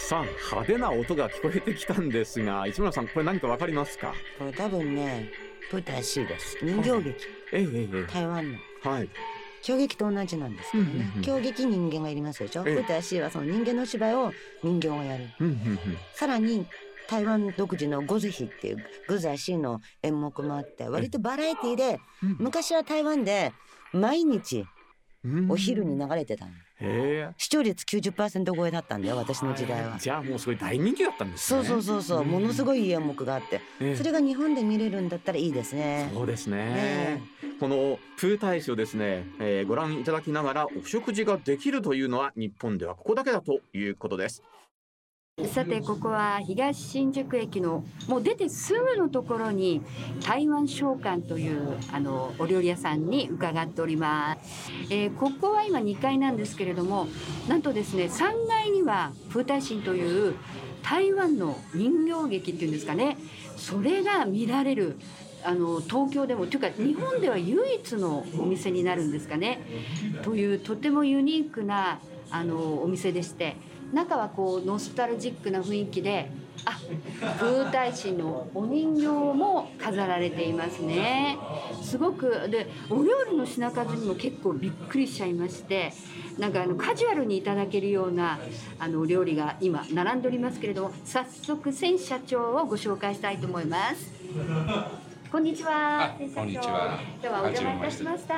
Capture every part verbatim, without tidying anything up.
さあ派手な音が聞こえてきたんですが、市村さんこれ何かわかりますか？ これ多分ね舞台 C です。人形劇、 ええええ、 台湾の、 はい、 狂劇と同じなんですけどね、うんうんうん、狂劇人間がいりますでしょ。舞台 C はその人間の芝居を人形がやる、うんうんうん、さらに台湾独自のゴゼヒっていうグザ C の演目もあって割とバラエティで、うん、昔は台湾で毎日お昼に流れてたの。へ視聴率 きゅうじゅっパーセント 超えだったんだよ私の時代は。 じゃあもうすごい大人気だったんですね。 そうそうそうそう、ものすごいいい演目があって、それが日本で見れるんだったらいいですね。 そうですね、このプー大使をですね、えー、ご覧いただきながらお食事ができるというのは日本ではここだけだということです。 さてここは東新宿駅のもう出てすぐのところに台湾商館というあのお料理屋さんに伺っております、えー、ここは今にかいなんですけれども、なんとですねさんがいには風大神という台湾の人形劇っていうんですかね、それが見られるあの東京でもというか日本では唯一のお店になるんですかねというとてもユニークなあのお店でして、中はこうノスタルジックな雰囲気で、あ、風大神のお人形も飾られていますね。すごくでお料理の品数にも結構びっくりしちゃいまして、なんかあのカジュアルにいただけるようなあのお料理が今並んでおりますけれども、早速千社長をご紹介したいと思います。こんにちは。 こんにちは。 今日はお邪魔いたしました。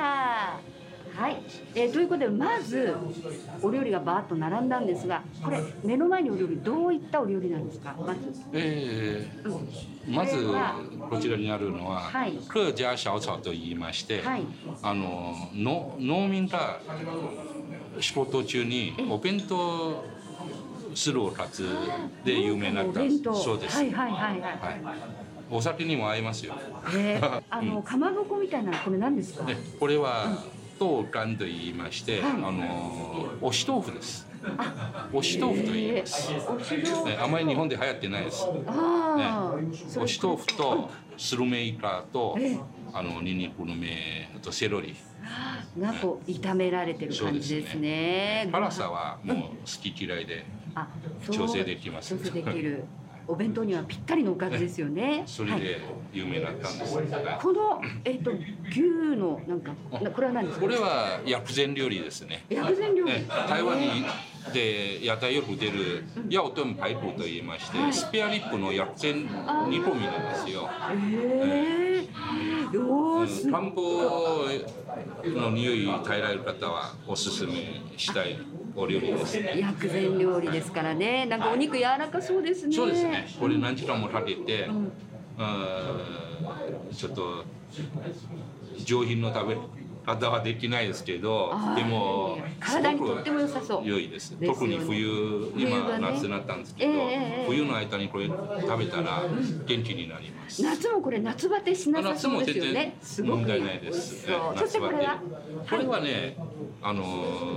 はい、えー、ということでまずお料理がバーッと並んだんですが、これ目の前にお料理どういったお料理なんですか？まず、 えーうん、まずこちらにあるのは、はい、客家小炒と言いまして、はい、あのの農民が仕事中にお弁当するおかずで有名になった。そうです。はいはいはいはい、はい、お酒にも合いますよ。 えー、あのかまぼこみたいなこれ何ですか？ ね、これは、うん豆干と言いまして、はい、あのおし豆腐です。おし豆腐と言います、ね、あまり日本で流行ってないです、あ、ね、おし豆腐とスルメイカとあのニンニクの芽とセロリがこう炒められてる感じですね。 辛さはもう好き嫌いで調整できます。 調整できるお弁当にはぴったりのおかずですよね。 それで有名になったんです、はい、 この、えーと、牛のなんかこれは何ですか？ これは薬膳料理ですね。 薬膳料理、 ね、台湾にで屋台よく出るヤオトンパイプと言いまして、はい、スペアリップの薬膳煮込みなんですよ。へえー、漢方の匂い耐えられる方はおすすめしたいお料理ですね。 薬膳料理ですからね。なんかお肉柔らかそうですね。 そうですね。これ何時間もかけて、うん、あちょっと上品の食べ方はできないですけど、でも体にとっても良さそう。 良いです。です特に冬、今、ね、夏になったんですけど、えー、冬の間にこれ食べたら元気になります。 夏もこれ夏バテしなさそうですよね。 夏も全然問題ないです。 そしてこれはこれはね、あの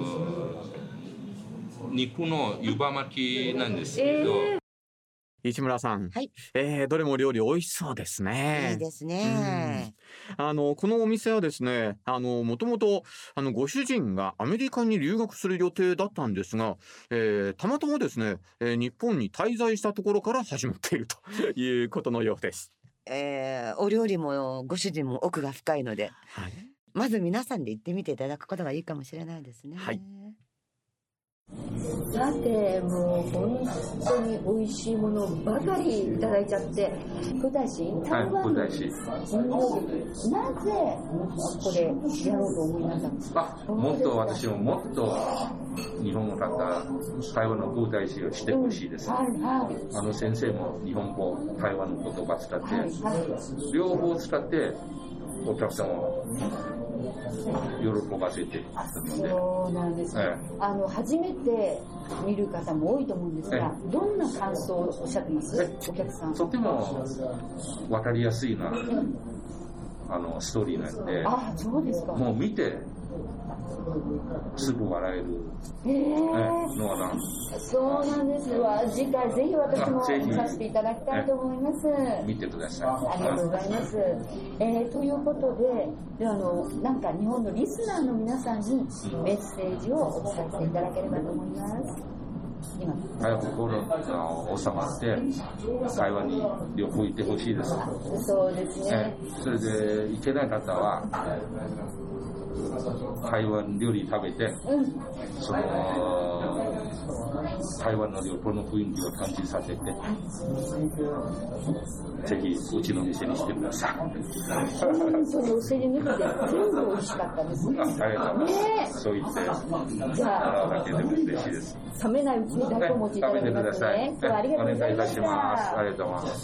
肉の湯葉巻きなんですけど、えー市村さん、 はい、 えー、どれも料理美味しそうですね。 いいですね。 あのこのお店はですね、あのもともとあのご主人がアメリカに留学する予定だったんですが、えー、たまたまですね、えー、日本に滞在したところから始まっているということのようです。 えー、お料理もご主人も奥が深いので、はい、まず皆さんで行ってみていただくことがいいかもしれないですね。はい、 さてもう本当に美味しいものばかりいただいちゃって、風大神台湾の人形劇、なぜここでやろうと思いなさったんですか？ もっと私ももっと日本の方台湾の風大神をしてほしいです、うんはいはい、あの先生も日本語台湾の言葉使って、はいはい、両方使ってお客様を喜ばせてるので。 そうなんですね、ええ、あの初めて見る方も多いと思うんですが、ええ、どんな感想をおっしゃってます？お客さん。 とても分かりやすいな、うん、あのストーリーなので、 あ、そうですか。 もう見てすぐ笑える、 えー、 のはそうなんですわ。次回ぜひ私も見させていただきたいと思います。 見てください。 ありがとうございます。えー、ということで、であのなんか日本のリスナーの皆さんにメッセージをお伝えしていただければと思います。 早くコロナが収まって台湾に旅行行ってほしいです。 そうですね。 それで行けない方は台湾料理食べて、うん、その台湾の旅行の雰囲気を感じさせて、ぜひうちの店にしてください。 本当にお世辞抜きで全部美味しかったですね。 あ、ありがとうございます。そう言ってもらうだけでも嬉しいです。 冷めないうちに大根餅いただきますね。今日はありがとうございました。 お願いいたします。ありがとうございます。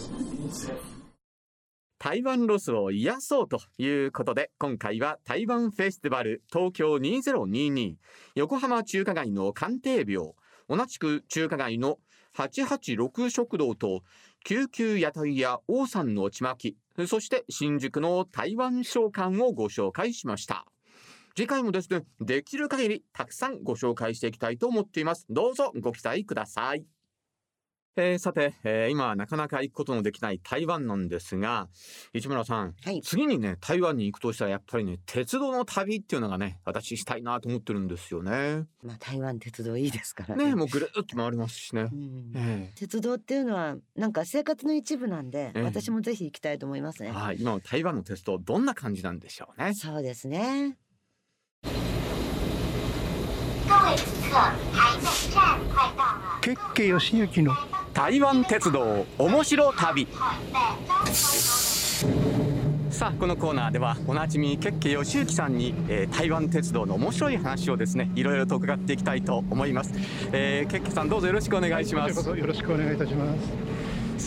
台湾ロスを癒そうということで、今回は台湾フェスティバル東京にせんにじゅうに横浜中華街の関帝廟、同じく中華街のはちはちろく食堂と救急屋台屋王さんのちまき、そして新宿の台湾商館をご紹介しました。次回もですね、できる限りたくさんご紹介していきたいと思っています。どうぞご期待ください。えー、さて、えー、今なかなか行くことのできない台湾なんですが、市村さん、はい、次にね台湾に行くとしたらやっぱりね鉄道の旅っていうのがね私したいなと思ってるんですよね。 まあ台湾鉄道いいですからね。 ね、もうぐるっと回りますしね、 うんえー、鉄道っていうのはなんか生活の一部なんで、えー、私もぜひ行きたいと思いますね。 はい、今の台湾の鉄道どんな感じなんでしょうね。 そうですね。 ケッケ吉行の台湾鉄道面白旅。さあこのコーナーではおなじみケッケ吉行さんに、えー、台湾鉄道の面白い話をですねいろいろと伺っていきたいと思います。えー、ケッケさんどうぞよろしくお願いします。 よろしくお願いいたします。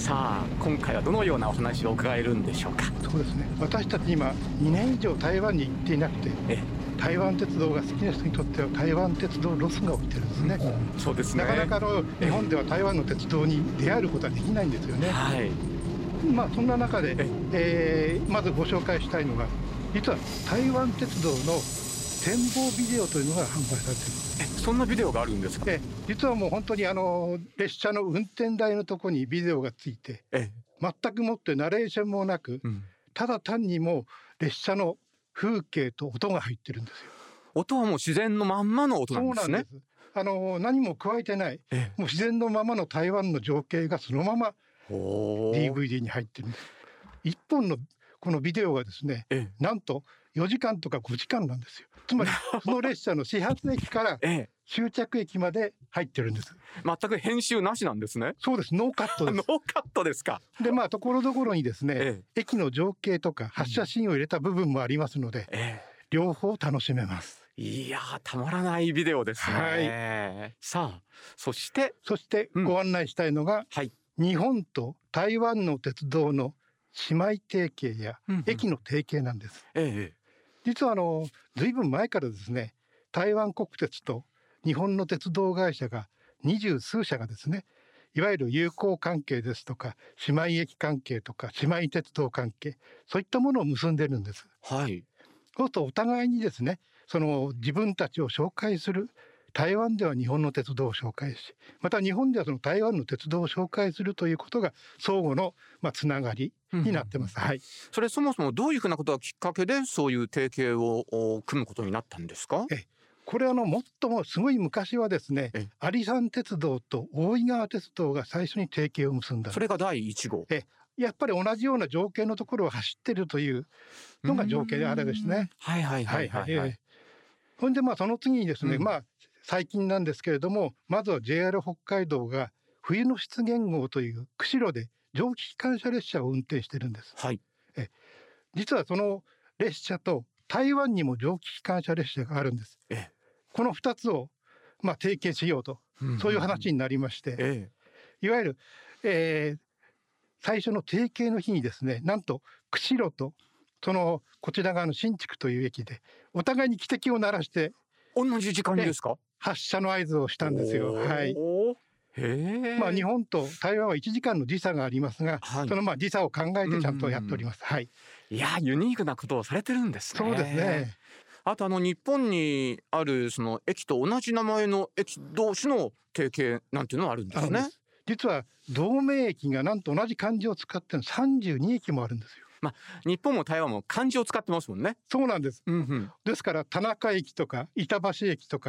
さあ今回はどのようなお話を伺えるんでしょうか。 そうですね、私たち今にねん以上台湾に行っていなくて、え台湾鉄道が好きな人にとっては台湾鉄道ロスが起きてるんですね、 うん、そうですね。 なかなかの日本では台湾の鉄道に出会えることはできないんですよね。 はい、 まあそんな中で、えー、まずご紹介したいのが実は台湾鉄道の展望ビデオというのが販売されています。 えそんなビデオがあるんですか。 え実はもう本当にあの列車の運転台のところにビデオがついて、え全くもってナレーションもなく、うん、ただ単にもう列車の風景と音が入ってるんですよ。 音はもう自然のまんまの音なんですね。そうなんです。 あの何も加えてない、ええ、もう自然のままの台湾の情景がそのまま ディーブイディー に入ってるんです。一本のこのビデオがですね、ええ、なんとよじかんとかごじかんなんですよ。つまりその列車の始発駅から終着駅まで入ってるんです。 全く編集なしなんですね。 そうです、ノーカットです。 ノーカットですか。 でまあところどころにですね、ええ、駅の情景とか発車シーンを入れた部分もありますので、ええ、両方楽しめます。 いやーたまらないビデオですね、はい、さあそしてそしてご案内したいのが、うんはい、日本と台湾の鉄道の姉妹提携や駅の提携なんです、うんうんええ、実はあのずいぶん前からですね台湾国鉄と日本の鉄道会社が二十数社がですねいわゆる友好関係ですとか姉妹駅関係とか姉妹鉄道関係そういったものを結んでるんです、はい、そうするとお互いにですねその自分たちを紹介する台湾では日本の鉄道を紹介しまた日本ではその台湾の鉄道を紹介するということが相互のまあつながりになってます、うんはい、 それそもそもどういうふうなことがきっかけでそういう提携を組むことになったんですか。 えこれあのもっともすごい昔はですね阿里山鉄道と大井川鉄道が最初に提携を結んだ。 それがだいいち号。 えやっぱり同じような条件のところを走ってるというのが条件であれですね。 はいはいはいはい、はい、 ほんでまあその次にですね、 うん、 まあ最近なんですけれどもまずは ジェイアール 北海道が冬の湿原号という釧路で蒸気機関車列車を運転してるんです、はい、え実はその列車と台湾にも蒸気機関車列車があるんです。えこのふたつをまあ提携しようと、うんうん、そういう話になりまして、えいわゆる、えー、最初の提携の日にですねなんと釧路とそのこちら側の新竹という駅でお互いに汽笛を鳴らして同じ時間にですか発車の合図をしたんですよ。はい。へまあ日本と台湾はいちじかんの時差がありますが、はい、そのまあ時差を考えてちゃんとやっております。はい。 いやユニークなことをされてるんですね。 そうですね。 あとあの日本にあるその駅と同じ名前の駅同士の提携なんていうのはあるんですね。 実は同名駅がなんと同じ漢字を使ってのさんじゅうに駅もあるんですよ。 まあ、日本も台湾も漢字を使ってますもんね。 そうなんです、うんうん、ですから田中駅とか板橋駅とか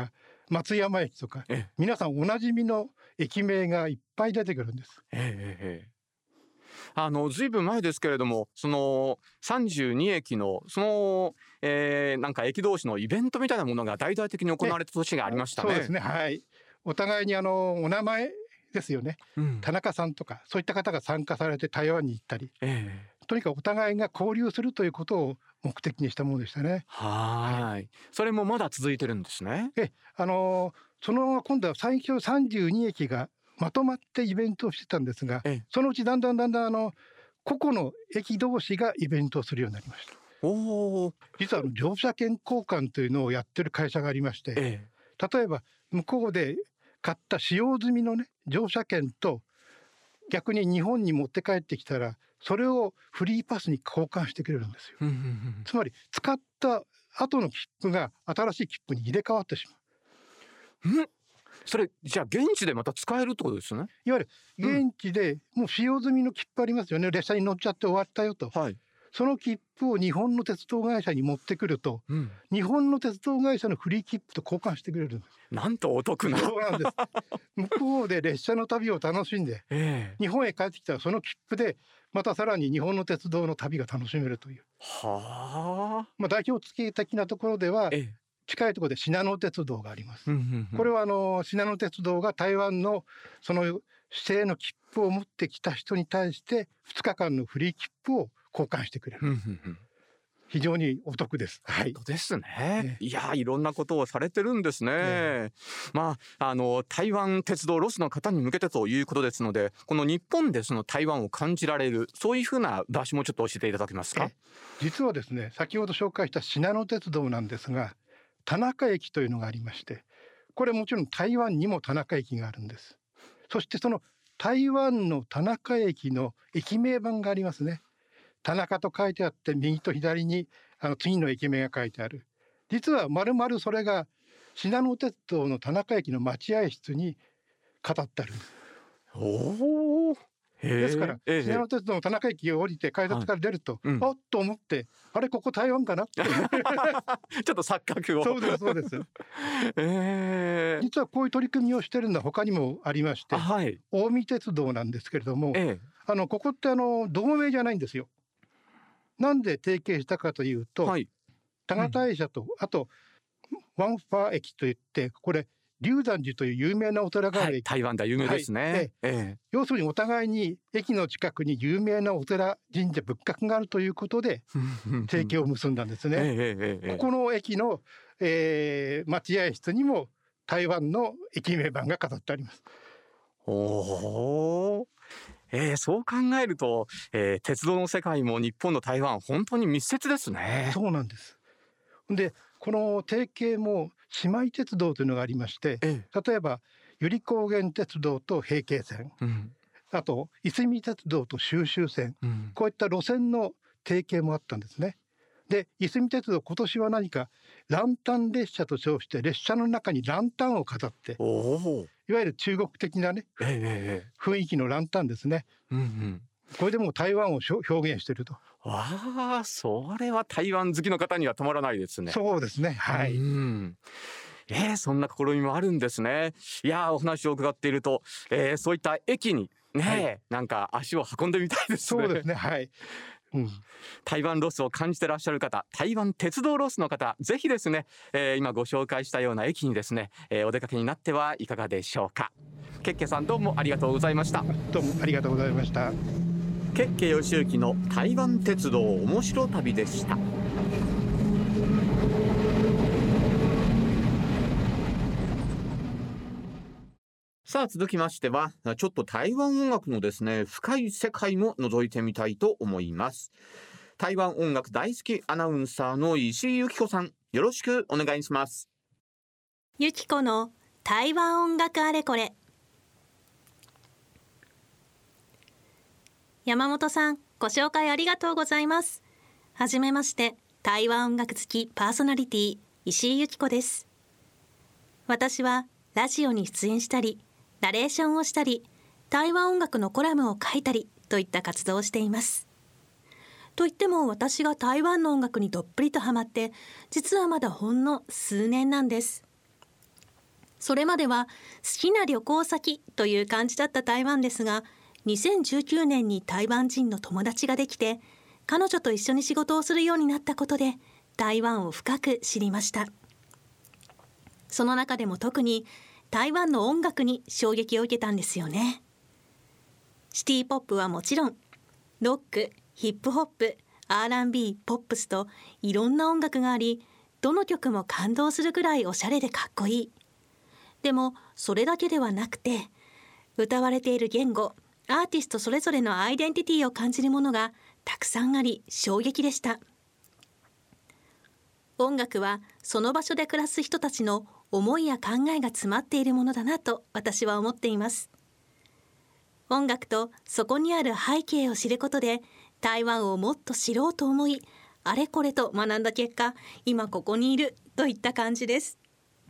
松山駅とか皆さんおなじみの駅名がいっぱい出てくるんです。 ええええあのずいぶん前ですけれども、そのさんじゅうに駅のその、えー、なんか駅同士のイベントみたいなものが大々的に行われた年がありましたね。 そうですね、はい。お互いにあのお名前ですよね、うん、田中さんとかそういった方が参加されて台湾に行ったり、えー、とにかくお互いが交流するということを目的にしたものでしたね。 はいはい、それもまだ続いてるんですね。 えあのその今度は最初さんじゅうに駅がまとまってイベントをしてたんですが、そのうちだんだんだんだんあの個々の駅同士がイベントをするようになりました。お実はあの乗車券交換というのをやってる会社がありまして、ええ、例えば向こうで買った使用済みのね乗車券と逆に日本に持って帰ってきたらそれをフリーパスに交換してくれるんですよ。つまり使った後の切符が新しい切符に入れ替わってしまう。 んそれじゃあ現地でまた使えるってことですね。 いわゆる現地でもう使用済みの切符ありますよね、うん、列車に乗っちゃって終わったよと、はい、その切符を日本の鉄道会社に持ってくると、うん、日本の鉄道会社のフリー切符と交換してくれるんです。 なんとお得な。 そうなんです向こうで列車の旅を楽しんで、えー、日本へ帰ってきたらその切符でまたさらに日本の鉄道の旅が楽しめるという。はあ、まあ、代表的なところでは、えー近いところで信濃鉄道があります。うんうんうん、これはあの信濃鉄道が台湾のその指定の切符を持ってきた人に対してふつかかんのフリー切符を交換してくれる。うんうんうん、非常にお得です。 はい。本当ですね。ねいやいろんなことをされてるんですね。ねまああの台湾鉄道ロスの方に向けてということですので、この日本でその台湾を感じられるそういうふうな場所もちょっと教えていただけますか。 実はですね、先ほど紹介した信濃鉄道なんですが。田中駅というのがありまして、これもちろん台湾にも田中駅があるんです。そしてその台湾の田中駅の駅名板がありますね。田中と書いてあって右と左にあの次の駅名が書いてある。実はまるまるそれが信濃鉄道の田中駅の待合室に飾ってあるんです。おーですから信濃鉄道の田中駅を降りて改札から出ると、はいうん、あっと思ってあれここ台湾かなってちょっと錯覚を。 そうですそうです、えー、実はこういう取り組みをしているのは他にもありまして、はい、近江鉄道なんですけれども、えー、あのここってあの同盟じゃないんですよ。なんで提携したかというと、はい、多賀大社と、うん、あとワンファー駅といってこれ龍山寺という有名なお寺がある、はい、 台湾では有名ですね、はいええ、要するにお互いに駅の近くに有名なお寺神社仏閣があるということで提携を結んだんですね、ええ、ここの駅の、えー、待合室にも台湾の駅名板が飾ってあります。 おーえー、そう考えると、えー、鉄道の世界も日本の台湾本当に密接ですね。 そうなんです。でこの提携も姉妹鉄道というのがありまして、ええ、例えば百合高原鉄道と平渓線、うん、あといすみ鉄道と修州線、うん、こういった路線の提携もあったんですね。でいすみ鉄道今年は何かランタン列車と称して列車の中にランタンを飾っていわゆる中国的なね、ええ、雰囲気のランタンですね、うんうん、これでもう台湾を表現していると。 わあ、それは台湾好きの方にはたまらないですね。 そうですね、はい、うんえー、そんな試みもあるんですね。いやお話を伺っていると、えー、そういった駅にね、はい、なんか足を運んでみたいですね。 そうですね、はい、 うん、台湾ロスを感じてらっしゃる方、台湾鉄道ロスの方、ぜひですね、えー、今ご紹介したような駅にですね、えー、お出かけになってはいかがでしょうか。ケッケさんどうもありがとうございました。 どうもありがとうございました。 ケッケ義行の台湾鉄道面白旅でした。さあ続きましてはちょっと台湾音楽のですね深い世界も覗いてみたいと思います。台湾音楽大好きアナウンサーの石井由紀子さん、よろしくお願いします。 由紀子の台湾音楽あれこれ。山本さん、ご紹介ありがとうございます。はじめまして、台湾音楽好きパーソナリティ石井由紀子です。私はラジオに出演したりナレーションをしたり台湾音楽のコラムを書いたりといった活動をしています。といっても私が台湾の音楽にどっぷりとハマって実はまだほんの数年なんです。 それまでは好きな旅行先という感じだった台湾ですが、にせんじゅうきゅうねんに台湾人の友達ができて、彼女と一緒に仕事をするようになったことで台湾を深く知りました。その中でも特に台湾の音楽に衝撃を受けたんですよね。シティポップはもちろん、ロック、ヒップホップ、アールアンドビー、ポップスといろんな音楽があり、どの曲も感動するくらいおしゃれでかっこいい。でもそれだけではなくて、歌われている言語、アーティストそれぞれのアイデンティティを感じるものがたくさんあり、衝撃でした。音楽はその場所で暮らす人たちの思いや考えが詰まっているものだなと私は思っています。音楽とそこにある背景を知ることで台湾をもっと知ろうと思い、あれこれと学んだ結果、今ここにいるといった感じです。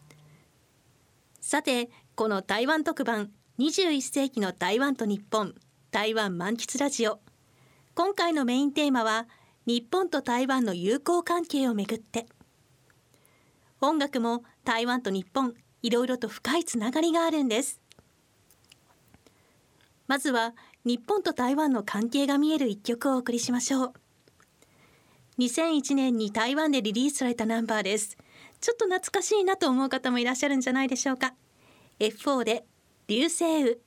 さて、この台湾特番にじゅういっせいきの台湾と日本、台湾満喫ラジオ。今回のメインテーマは日本と台湾の友好関係をめぐって。音楽も台湾と日本、いろいろと深いつながりがあるんです。まずは日本と台湾の関係が見える一曲をお送りしましょう。にせんいちねんに台湾でリリースされたナンバーです。ちょっと懐かしいなと思う方もいらっしゃるんじゃないでしょうか。 エフフォー で流星雨。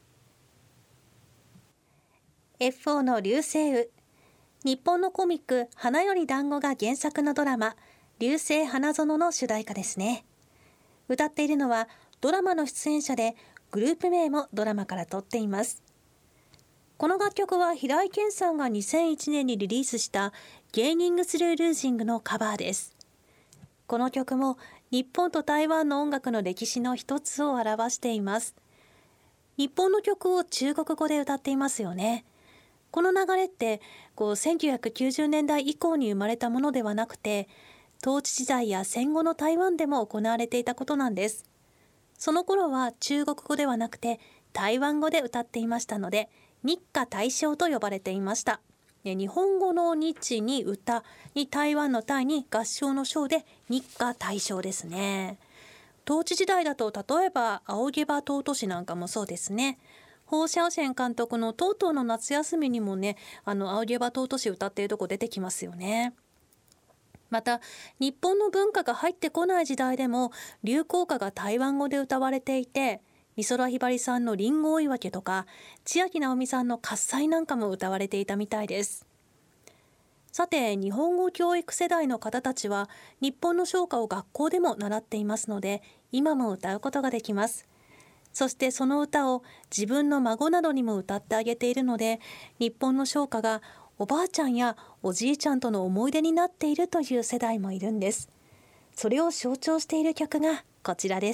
エフフォー の流星雨、日本のコミック花より団子が原作のドラマ流星花園の主題歌ですね。歌っているのはドラマの出演者で、グループ名もドラマから取っています。この楽曲は平井堅さんがにせんいちねんにリリースしたゲーニングスルールージングのカバーです。この曲も日本と台湾の音楽の歴史の一つを表しています。日本の曲を中国語で歌っていますよね。この流れってこうせんきゅうひゃくきゅうじゅうねんだい以降に生まれたものではなくて、統治時代や戦後の台湾でも行われていたことなんです。その頃は中国語ではなくて台湾語で歌っていましたので、日華台唱と呼ばれていました。日本語の日に歌に台湾の台に合唱の唱で日華台唱ですね。統治時代だと例えば仰げば尊しなんかもそうですね。ホウ・シャオシェン監督のとうとうの夏休みにもね、あの仰げば尊し歌っているとこ出てきますよね。また日本の文化が入ってこない時代でも流行歌が台湾語で歌われていて、美空ひばりさんのリンゴ追い分けとか千秋直美さんの喝采なんかも歌われていたみたいです。さて、日本語教育世代の方たちは日本の唱歌を学校でも習っていますので、今も歌うことができます。そしてその歌を自分の孫などにも歌ってあげているので、日本の唱歌がおばあちゃんやおじいちゃんとの思い出になっているという世代もいるんです。それを象徴している曲がこちらです。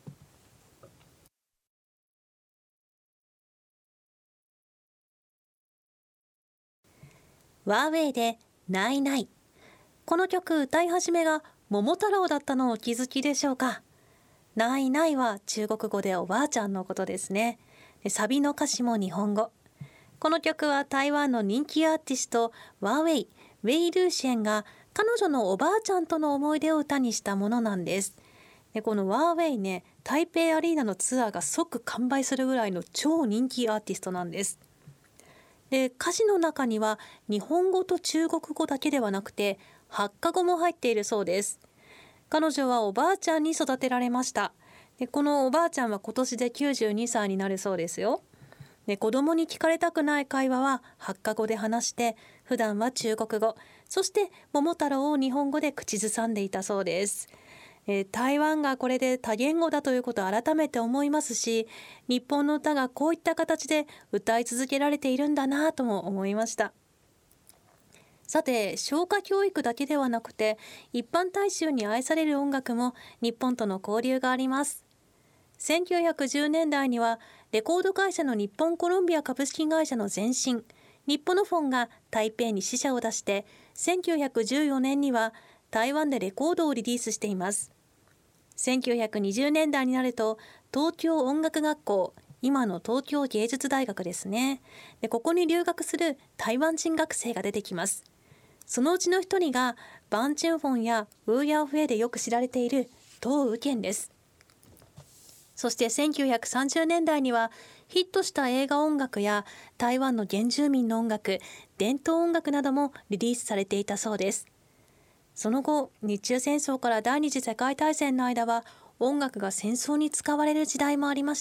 ワーウェイでないない。この曲歌い始めが桃太郎だったのをお気づきでしょうか。ないないは中国語でおばあちゃんのことですね。でサビの歌詞も日本語。この曲は台湾の人気アーティストワーウェイ、ウェイ・ルーシェンが彼女のおばあちゃんとの思い出を歌にしたものなんです。でこのワーウェイね、台北アリーナのツアーが即完売するぐらいの超人気アーティストなんです。で歌詞の中には日本語と中国語だけではなくてはっか語も入っているそうです。彼女はおばあちゃんに育てられました。でこのおばあちゃんは今年できゅうじゅうにさいになるそうですよ。で子供に聞かれたくない会話ははっか語で話して、普段は中国語、そして桃太郎を日本語で口ずさんでいたそうです。えー、台湾がこれで多言語だということを改めて思いますし、日本の歌がこういった形で歌い続けられているんだなとも思いました。さて、唱歌教育だけではなくて一般大衆に愛される音楽も日本との交流があります。せんきゅうひゃくじゅうねんだいにはレコード会社の日本コロンビア株式会社の前身日本のフォンが台北に支社を出して、せんきゅうひゃくじゅうよねんには台湾でレコードをリリースしています。せんきゅうひゃくにじゅうねんだいになると東京音楽学校、今の東京芸術大学ですね。でここに留学する台湾人学生が出てきます。そのうちの一人がバンチュンフォンやウーヤオフェでよく知られている唐雨健です。 そしてせんきゅうひゃくさんじゅうねんだいにはヒットした映画音楽や台湾の原住民の音楽、伝統音楽などもリリースされていたそうです。その後、日中戦争から第二次世界大戦の間は音楽が戦争に使われる時代もありました。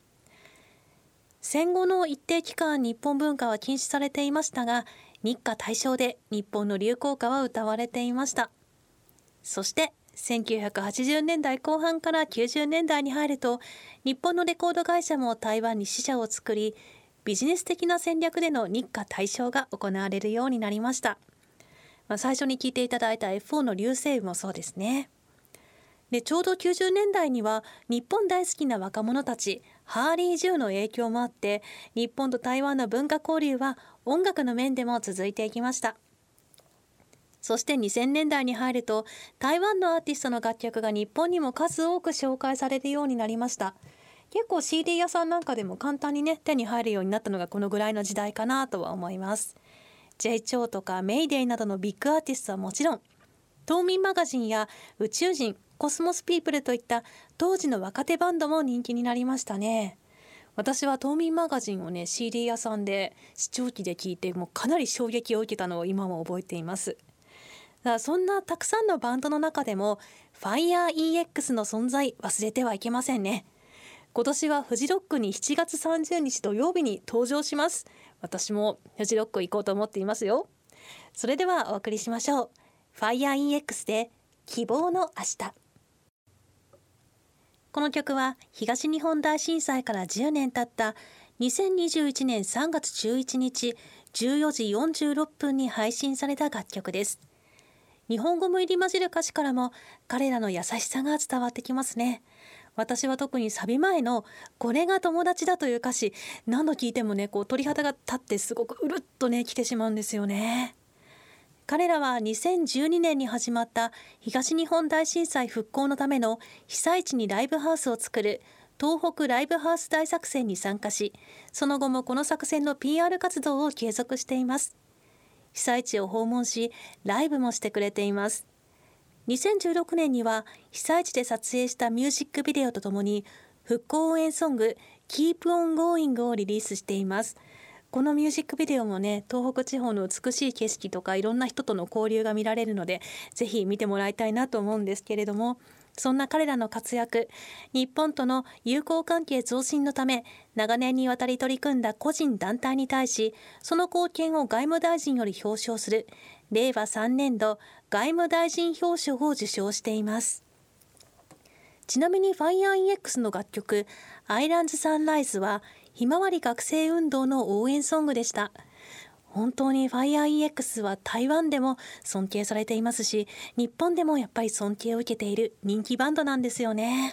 戦後の一定期間、日本文化は禁止されていましたが、日華大正で日本の流行歌は歌われていました。そしてせんきゅうひゃくはちじゅうねんだいこう半からきゅうじゅうねんだいに入ると、日本のレコード会社も台湾に支社を作り、ビジネス的な戦略での日華大正が行われるようになりました。まあ、最初に聞いていただいた エフフォー の流星雨もそうですね。で、ちょうどきゅうじゅうねんだいには日本大好きな若者たちハーリー・ジューの影響もあって、日本と台湾の文化交流は音楽の面でも続いていきました。そしてにせんねんだいに入ると、台湾のアーティストの楽曲が日本にも数多く紹介されるようになりました。結構 シーディー 屋さんなんかでも簡単にね手に入るようになったのがこのぐらいの時代かなとは思います。 J チョウとかメイデイなどのビッグアーティストはもちろん、島民マガジンや宇宙人、コスモスピープルといった当時の若手バンドも人気になりましたね。私は島民マガジンをね シーディー 屋さんで視聴器で聞いて、もうかなり衝撃を受けたのを今も覚えています。そんなたくさんのバンドの中でも ファイヤーイーエックス の存在忘れてはいけませんね。今年はフジロックにしちがつさんじゅうにち土曜日に登場します。私もフジロック行こうと思っていますよ。それではお送りしましょう。 ファイヤーイーエックス で希望の明日。この曲は東日本大震災からじゅうねん経ったにせんにじゅういちねんさんがつじゅういちにちじゅうよじよんじゅうろっぷんに配信された楽曲です。日本語も入り混じる歌詞からも彼らの優しさが伝わってきますね。私は特にサビ前のこれが友達だという歌詞、何度聞いてもねこう鳥肌が立ってすごくうるっとね来てしまうんですよね。彼らはにせんじゅうにねんに始まった東日本大震災復興のための被災地にライブハウスを作る東北ライブハウス大作戦に参加し、その後もこの作戦の ピーアール 活動を継続しています。被災地を訪問しライブもしてくれています。にせんじゅうろくねんには被災地で撮影したミュージックビデオとともに復興応援ソング Keep on Going をリリースしています。このミュージックビデオもね東北地方の美しい景色とかいろんな人との交流が見られるので、ぜひ見てもらいたいなと思うんですけれども、そんな彼らの活躍、日本との友好関係増進のため長年にわたり取り組んだ個人団体に対し、その貢献を外務大臣より表彰するれいわさんねんど外務大臣表彰を受賞しています。ちなみに ファイヤーイーエックス の楽曲アイランズサンライズはひまわり学生運動の応援ソングでした。本当に ファイヤーイーエックス は台湾でも尊敬されていますし、日本でもやっぱり尊敬を受けている人気バンドなんですよね。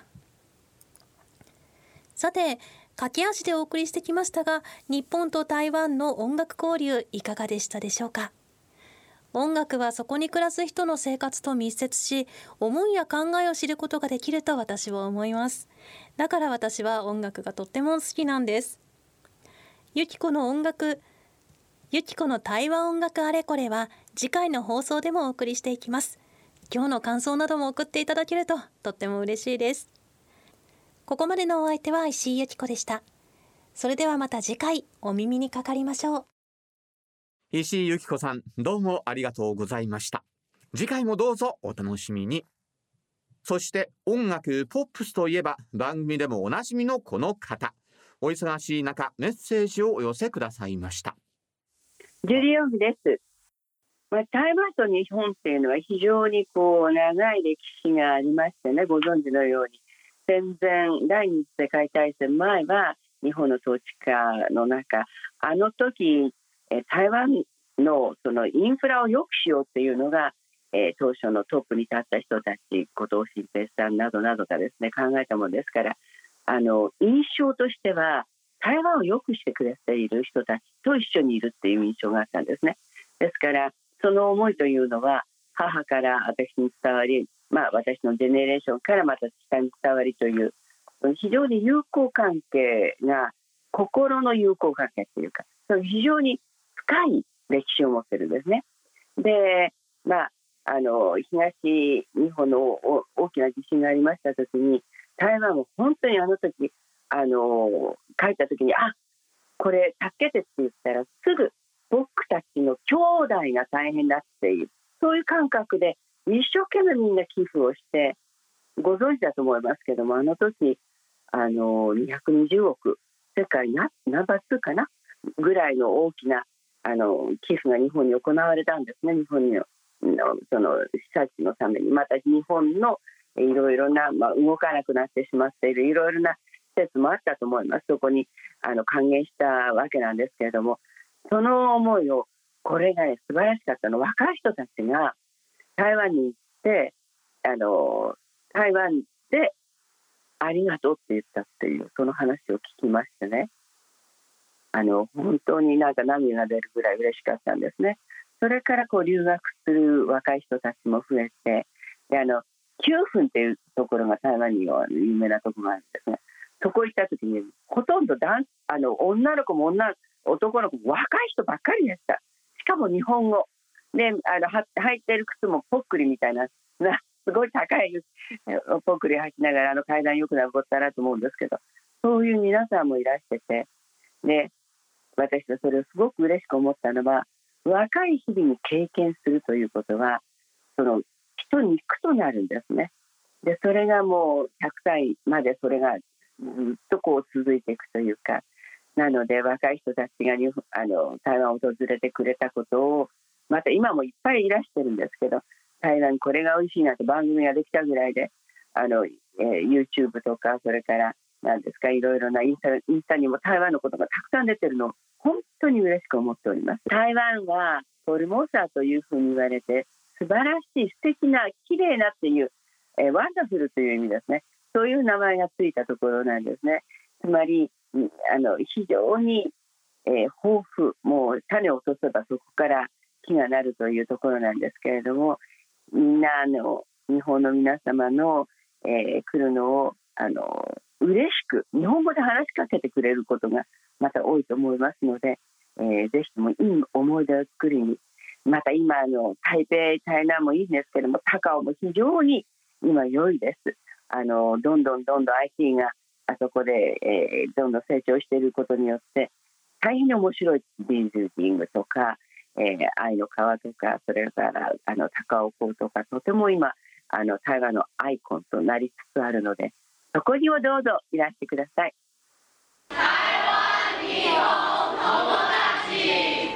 さて、駆け足でお送りしてきましたが、日本と台湾の音楽交流いかがでしたでしょうか。音楽はそこに暮らす人の生活と密接し、思いや考えを知ることができると私は思います。だから私は音楽がとっても好きなんです。ゆきこの音楽ゆきこの台湾音楽あれこれは次回の放送でもお送りしていきます。今日の感想なども送っていただけるととっても嬉しいです。ここまでのお相手は石井ゆきこでした。それではまた次回お耳にかかりましょう。 石井ゆきこさん、どうもありがとうございました。次回もどうぞお楽しみに。そして音楽ポップスといえば番組でもおなじみのこの方、お忙しい中メッセージをお寄せくださいました。 ジュリオフです。まあ、台湾と日本っていうのは非常にこう長い歴史がありましてね、ご存知のように戦前第二次世界大戦前は日本の統治下の中、あの時え台湾のそのインフラを良くしようっていうのが、えー、当初のトップに立った人たち、後藤新平さんなどなどがですね考えたものですから、あの印象としては台湾を良くしてくれている人たちと一緒にいるっていう印象があったんですね。ですからその思いというのは母から私に伝わり、まあ、私のジェネレーションからまた下に伝わりという非常に友好関係が、心の友好関係というか非常に深い歴史を持ってるんですね。で、まあ、あの東日本の大きな地震がありました時に台湾も本当にあの時あの書いた時に、あ、これ助けてって言ったらすぐ僕たちの兄弟が大変だっていう、そういう感覚で一生懸命みんな寄付をして、ご存知だと思いますけども、あの時あのにひゃくにじゅうおく、世界ナンバーツーかなぐらいの大きなあの寄付が日本に行われたんですね。日本のその被災地のために、また日本のいろいろな、まあ、動かなくなってしまっているいろいろな施設もあったと思います。そこにあの還元したわけなんですけれども、その思いを、これが、ね、素晴らしかったのは、若い人たちが台湾に行ってあの台湾でありがとうって言ったっていう、その話を聞きましてね、あの本当になんか涙が出るぐらい嬉しかったんですね。それからこう留学する若い人たちも増えて、であのきゅうふんっていうところが台湾には有名なところがあるんですが、そこ行った時にほとんど男あの女の子も女男の子も若い人ばっかりでした。しかも日本語で、あのは履いてる靴もポックリみたいなな、すごい高いポックリ履きながらあの階段よく登ったなと思うんですけど、そういう皆さんもいらしてて、で私はそれをすごく嬉しく思ったのは、若い日々に経験するということはその人に苦となるんですね。でそれがもうひゃくさいまでそれがずっとこう続いていくというか、なので若い人たちが日本あの台湾を訪れてくれたことを、また今もいっぱいいらしてるんですけど、台湾これが美味しいなと番組ができたぐらいで、あの、えー、YouTube とかそれから何ですか、いろいろなインスタ、インスタにも台湾のことがたくさん出てるのを本当に嬉しく思っております。台湾はフォルモーサというふうに言われて、素晴らしい素敵な綺麗なっていう、えー、ワンダフルという意味ですね。そういう名前がついたところなんですね。つまりあの非常に、えー、豊富、もう種を落とせばそこから木がなるというところなんですけれども、みんなあの日本の皆様の、えー、来るのをあの嬉しく日本語で話しかけてくれることがまた多いと思いますので、えー、ぜひともいい思い出を作りに、また今あの台北、台南もいいんですけども、高雄も非常に今良いです。あのどんどんどんどん アイティー があそこで、えー、どんどん成長していることによって大変に面白いビルディングとか、えー、愛の川とか、それからあの高尾港とか、とても今あの台湾のアイコンとなりつつあるので、そこにもどうぞいらしてください。台湾日本友達。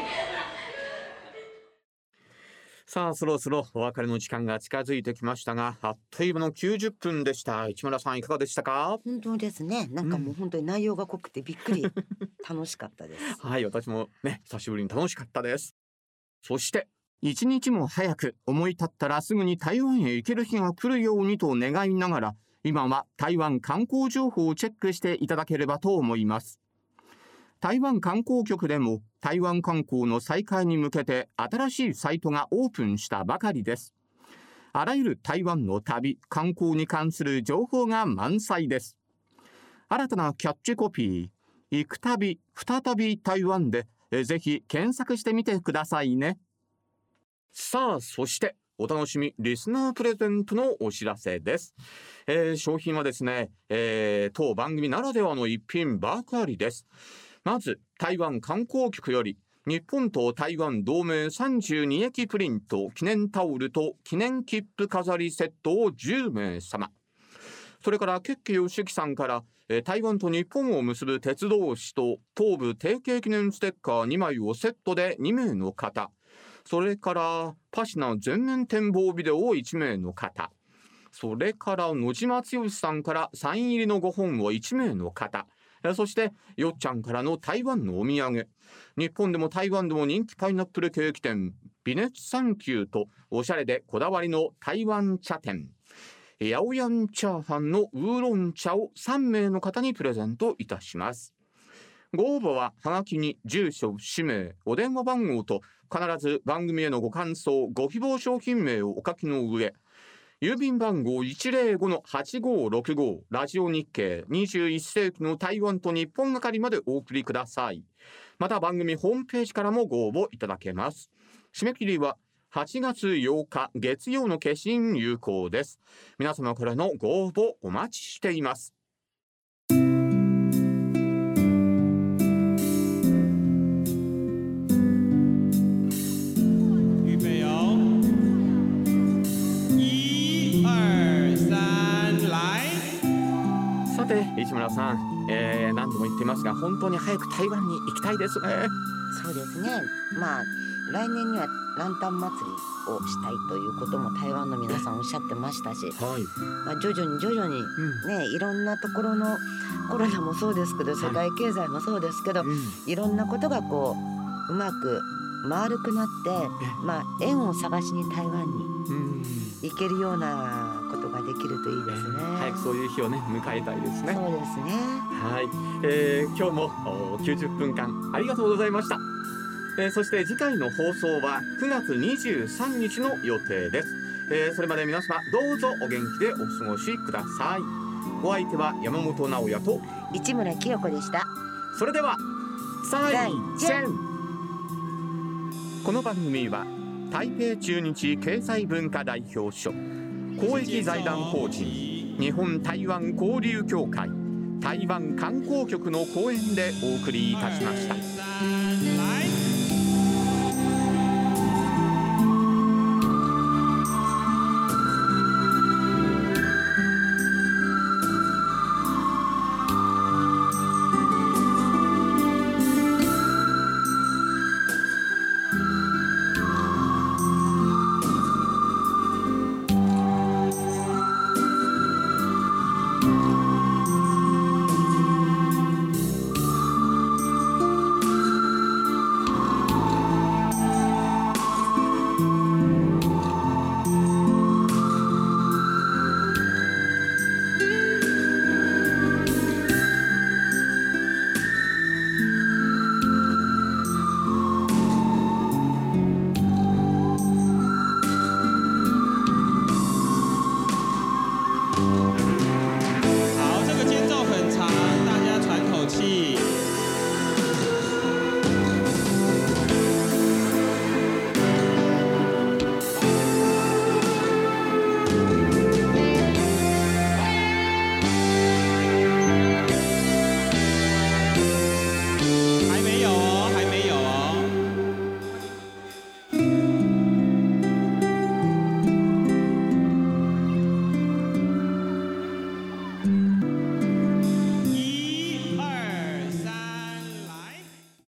さあそろそろお別れの時間が近づいてきましたが、あっという間のきゅうじゅっぷんでした。市村さんいかがでしたか？ 本当ですね、なんかもう本当に内容が濃くてびっくり、楽しかったです。 はい、私もね久しぶりに楽しかったです。そして一日も早く思い立ったらすぐに台湾へ行ける日が来るようにと願いながら、今は台湾観光情報をチェックしていただければと思います。台湾観光局でも台湾観光の再開に向けて新しいサイトがオープンしたばかりです。あらゆる台湾の旅、観光に関する情報が満載です。新たなキャッチコピー、行く旅、再び台湾でぜひ検索してみてくださいね。さあそしてお楽しみリスナープレゼントのお知らせです。えー、商品はですね、えー、当番組ならではの一品ばかりです。まず台湾観光局より日本と台湾同盟さんじゅうに駅プリント記念タオルと記念切符飾りセットをじゅうめいさま。それからケッケヨシキさんから台湾と日本を結ぶ鉄道紙と東部提携記念ステッカーにまいをセットでにめいの方。それからパシナ全面展望ビデオをいちめいの方。それから野島剛さんからサイン入りのごほんをいちめいの方。そしてよっちゃんからの台湾のお土産。日本でも台湾でも人気パイナップルケーキ店ビネッツサンキューとおしゃれでこだわりの台湾茶店八百屋チャーハンのウーロン茶をさんめいの方にプレゼントいたします。ご応募ははがきに住所、氏名、お電話番号と必ず番組へのご感想、ご希望商品名をお書きの上、郵便番号 いちぜろごのはちごろくご ラジオ日経にじゅういっせいきの台湾と日本係までお送りください。また番組ホームページからもご応募いただけます。締め切りははちがつようか月曜の消印有効です。皆様からのご応募お待ちしています。さて市村さん、えー、何度も言っていますが本当に早く台湾に行きたいですね。 そうですね。まあ来年にはランタン祭りをしたいということも台湾の皆さんおっしゃってましたし、はい、まあ、徐々に徐々にね、うん、いろんなところのコロナもそうですけど世界経済もそうですけど、はい、いろんなことがこううまく丸くなって、まあ、縁を探しに台湾に行けるようなことができるといいですね。 早くそういう日をね迎えたいですね。 そうですね。 はい、えー、今日もきゅうじゅっぷんかんありがとうございました。えー、そして次回の放送はくがつにじゅうさんにちの予定です。えー、それまで皆様どうぞお元気でお過ごしください。お相手は山本直也と市村清子でした。 それでは再见。この番組は台北駐日経済文化代表所、公益財団法人日本台湾交流協会台湾観光局の講演でお送りいたしました。